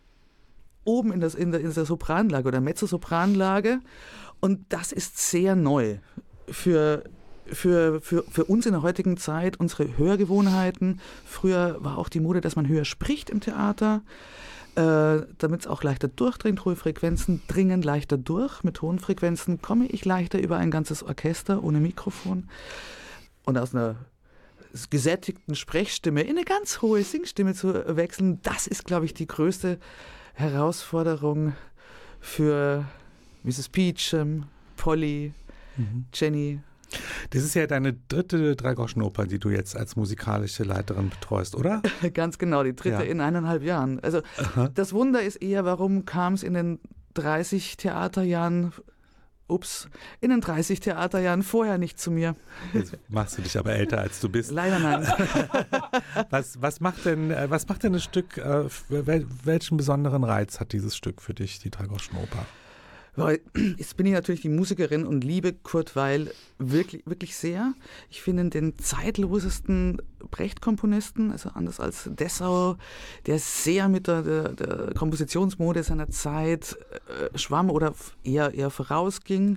oben in, das, in, der, in der Sopranlage oder Mezzosopranlage und das ist sehr neu für Für, für, für uns in der heutigen Zeit, unsere Hörgewohnheiten. Früher war auch die Mode, dass man höher spricht im Theater, äh, damit es auch leichter durchdringt. Hohe Frequenzen dringen leichter durch. Mit hohen Frequenzen komme ich leichter über ein ganzes Orchester ohne Mikrofon. Und aus einer gesättigten Sprechstimme in eine ganz hohe Singstimme zu wechseln, das ist, glaube ich, die größte Herausforderung für Misses Peach, ähm, Polly, mhm. Jenny. Das ist ja deine dritte Dreigroschenoper, die du jetzt als musikalische Leiterin betreust, oder? Ganz genau, die dritte ja. in eineinhalb Jahren. Also Aha. Das Wunder ist eher, warum kam es in den dreißig Theaterjahren, ups, in den dreißig Theaterjahren vorher nicht zu mir. Jetzt machst du dich aber älter, als du bist. Leider nein. was, was, macht denn, was macht denn das Stück, äh, welchen besonderen Reiz hat dieses Stück für dich, die Dreigroschenoper? Jetzt bin ich natürlich die Musikerin und liebe Kurt Weill wirklich, wirklich sehr. Ich finde ihn den zeitlosesten Brecht-Komponisten, also anders als Dessau, der sehr mit der, der, der Kompositionsmode seiner Zeit äh, schwamm oder eher, eher vorausging.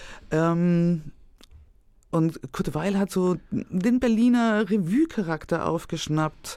Ähm, und Kurt Weill hat so den Berliner Revue-Charakter aufgeschnappt.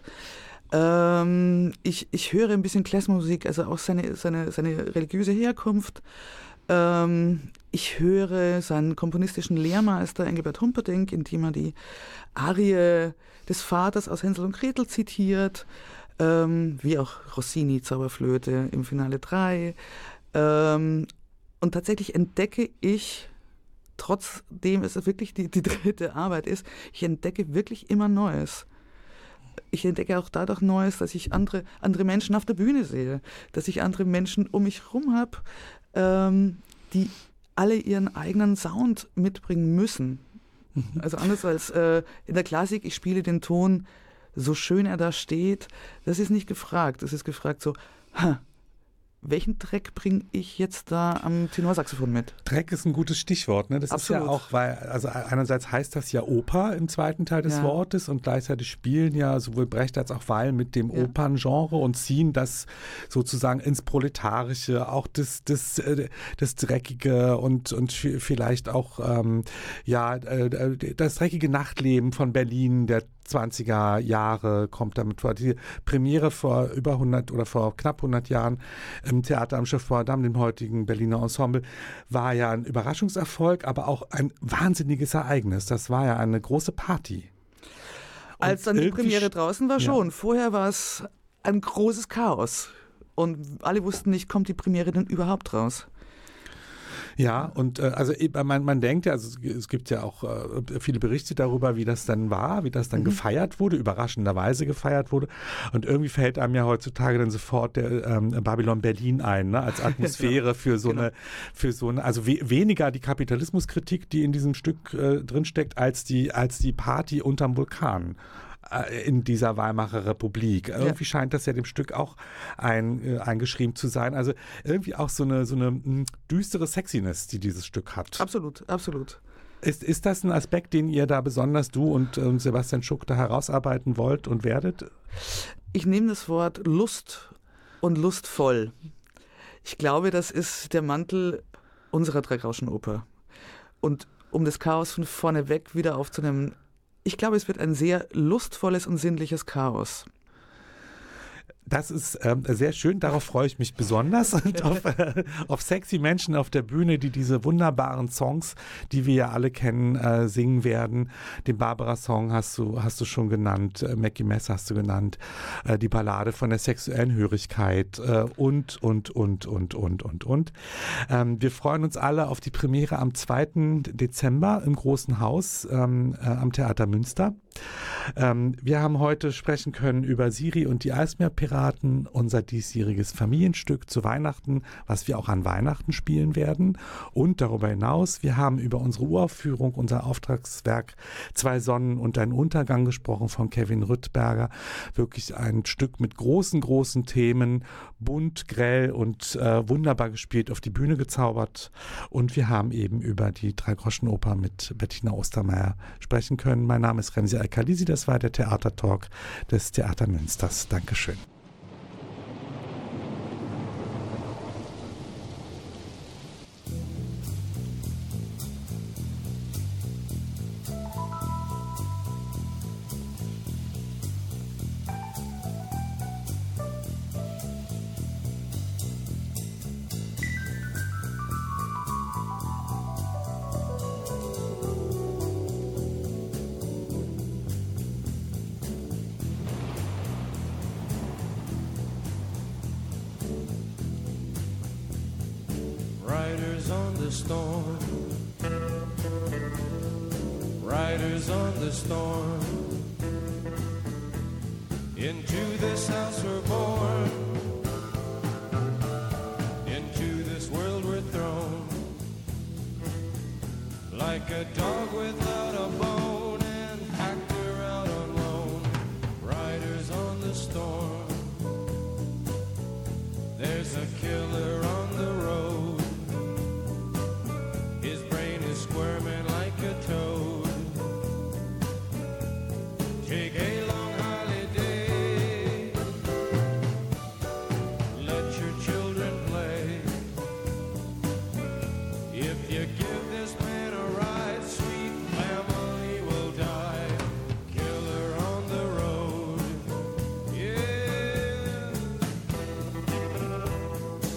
Ähm, ich, ich höre ein bisschen Klezmermusik, also auch seine, seine, seine religiöse Herkunft. Ähm, ich höre seinen komponistischen Lehrmeister Engelbert Humperdinck, indem er die Arie des Vaters aus Hänsel und Gretel zitiert, ähm, wie auch Rossini, Zauberflöte im Finale drei. Ähm, und tatsächlich entdecke ich, trotzdem es wirklich die, die dritte Arbeit ist, ich entdecke wirklich immer Neues. Ich entdecke auch dadurch Neues, dass ich andere, andere Menschen auf der Bühne sehe, dass ich andere Menschen um mich herum habe, ähm, die alle ihren eigenen Sound mitbringen müssen. Mhm. Also anders als äh, in der Klassik, ich spiele den Ton, so schön er da steht, das ist nicht gefragt. Es ist gefragt so, ha, welchen Dreck bringe ich jetzt da am Tenorsaxophon mit? Dreck ist ein gutes Stichwort, ne? Das Absolut. Ist ja auch, weil, also einerseits heißt das ja Oper im zweiten Teil des ja. Wortes und gleichzeitig spielen ja sowohl Brecht als auch Weill mit dem ja. Operngenre und ziehen das sozusagen ins Proletarische, auch das, das, das Dreckige und, und vielleicht auch ähm, ja, das dreckige Nachtleben von Berlin der zwanziger Jahre kommt damit vor. Die Premiere vor über hundert oder vor knapp hundert Jahren im Theater am Schiff Potsdam, dem heutigen Berliner Ensemble, war ja ein Überraschungserfolg, aber auch ein wahnsinniges Ereignis. Das war ja eine große Party. Und als dann die Premiere draußen war, schon. Ja. Vorher war es ein großes Chaos. Und alle wussten nicht, kommt die Premiere denn überhaupt raus? Ja, und äh, also man, man denkt ja, also es gibt ja auch äh, viele Berichte darüber, wie das dann war, wie das dann mhm. gefeiert wurde, überraschenderweise gefeiert wurde. Und irgendwie fällt einem ja heutzutage dann sofort der ähm, Babylon Berlin ein, ne, als Atmosphäre für so genau. eine, für so eine, also we weniger die Kapitalismuskritik, die in diesem Stück äh, drinsteckt, als die, als die Party unterm Vulkan in dieser Weimarer Republik. Irgendwie ja. scheint das ja dem Stück auch ein, äh, eingeschrieben zu sein. Also irgendwie auch so eine, so eine mh, düstere Sexiness, die dieses Stück hat. Absolut, absolut. Ist, ist das ein Aspekt, den ihr da besonders, du und ähm, Sebastian Schuck, da herausarbeiten wollt und werdet? Ich nehme das Wort Lust und lustvoll. Ich glaube, das ist der Mantel unserer Dreigroschenoper. Und um das Chaos von vorne weg wieder aufzunehmen, ich glaube, es wird ein sehr lustvolles und sinnliches Chaos. Das ist ähm, sehr schön, darauf freue ich mich besonders und auf, äh, auf sexy Menschen auf der Bühne, die diese wunderbaren Songs, die wir ja alle kennen, äh, singen werden. Den Barbara-Song hast du, hast du schon genannt, äh, Mackie Mess hast du genannt, äh, die Ballade von der sexuellen Hörigkeit äh, und, und, und, und, und, und, und. Ähm, wir freuen uns alle auf die Premiere am zweiten Dezember im Großen Haus ähm, äh, am Theater Münster. Ähm, wir haben heute sprechen können über Siri und die Eismeerpiraten, unser diesjähriges Familienstück zu Weihnachten, was wir auch an Weihnachten spielen werden. Und darüber hinaus, wir haben über unsere Uraufführung, unser Auftragswerk Zwei Sonnen und ein Untergang gesprochen von Kevin Rüttberger. Wirklich ein Stück mit großen, großen Themen, bunt, grell und äh, wunderbar gespielt, auf die Bühne gezaubert. Und wir haben eben über die Dreigroschenoper mit Bettina Ostermeier sprechen können. Mein Name ist Remzi Alkalisi, das war der Theatertalk des Theater Münsters. Dankeschön. Riders on the storm, riders on the storm. Into this house we're born, into this world we're thrown, like a dog without a bone and actor out on loan. Riders on the storm, there's a killer on the road. His brain is squirming like a toad. Take a long holiday, let your children play. If you give this man a ride, sweet family will die. Killer on the road, yeah.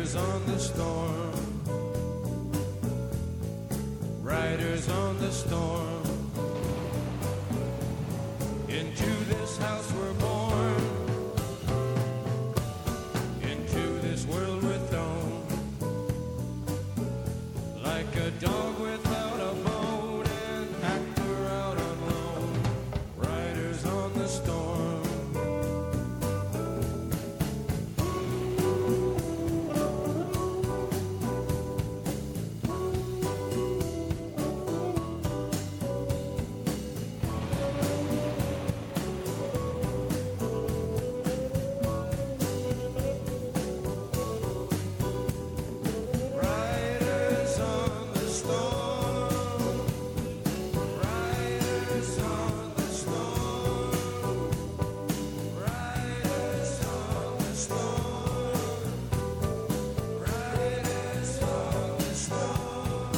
Riders on the storm. Riders on the storm. Into this house we're born. Into this world we're thrown. Like a dog without a bone, an actor out on loan. Riders on the storm. Riders on the storm. Riders on the storm. Riders on the storm. Riders on the storm.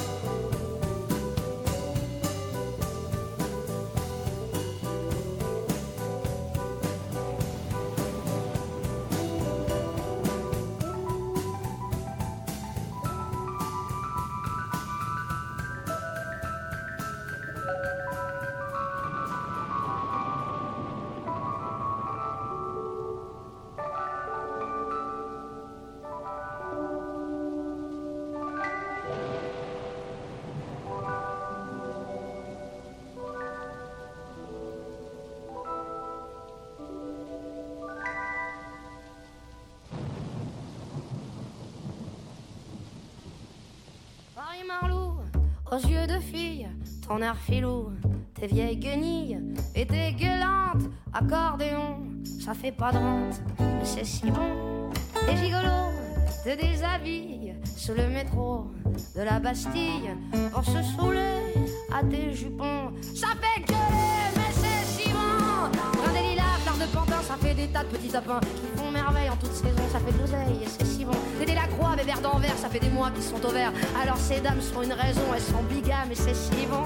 Paris Marlou, aux yeux de fille, ton air filou, tes vieilles guenilles et tes gueulantes accordéon, ça fait pas de rente, mais c'est si bon. T'es gigolo, te déshabille sous le métro de la Bastille pour se saouler à tes jupons, ça fait gueuler, mais c'est si bon. Grain des lilas, fleurs de pantin, ça fait des tas de petits tapins qui font merveille en toute saison, ça fait de l'oseille et c'est si bon. T'es la croix, bébert d'Anvers, ça fait des mois qu'ils sont au vert. Alors ces dames sont une raison, elles sont bigames et c'est si bon.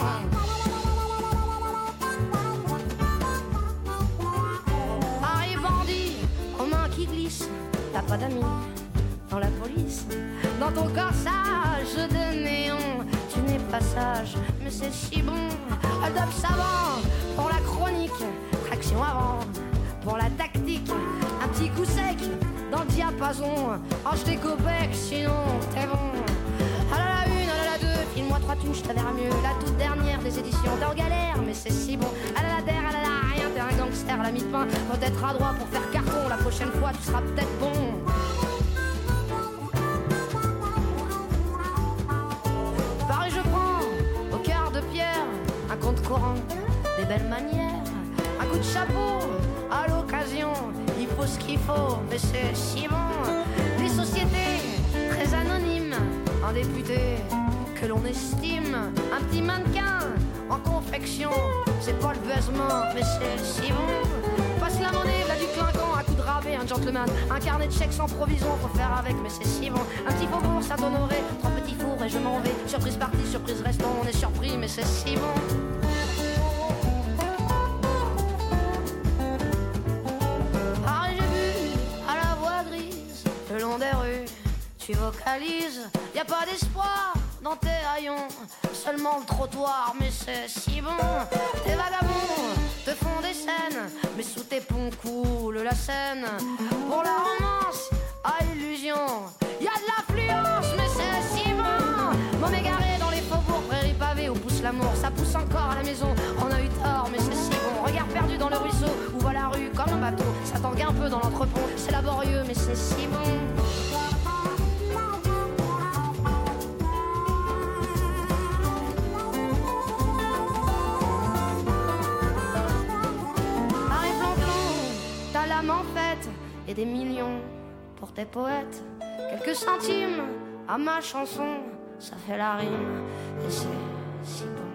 Paris bandit, aux mains qui glissent, t'as pas d'amis dans la police. Dans ton corsage de néon, tu n'es pas sage, mais c'est si bon. Hold-up savant, pour la chronique, traction avant, pour la tactique, un petit coup sec dans le diapason. Range tes copecs, sinon t'es bon. Ah là la une, ah là la deux, file-moi trois tunes, je t'avais mieux. La toute dernière des éditions, t'es en galère, mais c'est si bon. Ah là la terre, ah là là rien, t'es un gangster, la mi-pain. Faut être adroit pour faire carton, la prochaine fois tu seras peut-être bon. Paris je prends, au cœur de pierre, un compte courant, des belles manières, un coup de chapeau, à l'occasion, il faut ce qu'il faut, mais c'est si bon. Des sociétés très anonymes, un député que l'on estime, un petit mannequin en confection, c'est pas le baisement, mais c'est si bon. Passe la monnaie, là du clinquant, un coup de rabais, un gentleman, un carnet de chèques sans provision, faut faire avec, mais c'est si bon. Un petit faubourg, ça t'honorer, trois petits fours et je m'en vais. Surprise partie, surprise restant, on est surpris, mais c'est si bon. Paris j'ai vu à la voix grise, le long des rues, tu vocalises, y a pas d'espoir dans tes haillons, seulement le trottoir, mais c'est si bon. Tes vagabonds te font des scènes, mais sous tes ponts coule la Seine. Pour la romance, à illusion, y a de l'affluence, mais c'est si bon. M'en égaré dans les faubourgs, prairies pavées où pousse l'amour, ça pousse encore à la maison. On a eu tort, mais c'est si bon. Regard perdu dans le ruisseau, où va la rue comme un bateau. Ça tangue un peu dans l'entrepont, c'est laborieux, mais c'est si bon. En fête et des millions pour tes poètes, quelques centimes à ma chanson, ça fait la rime et c'est si bon.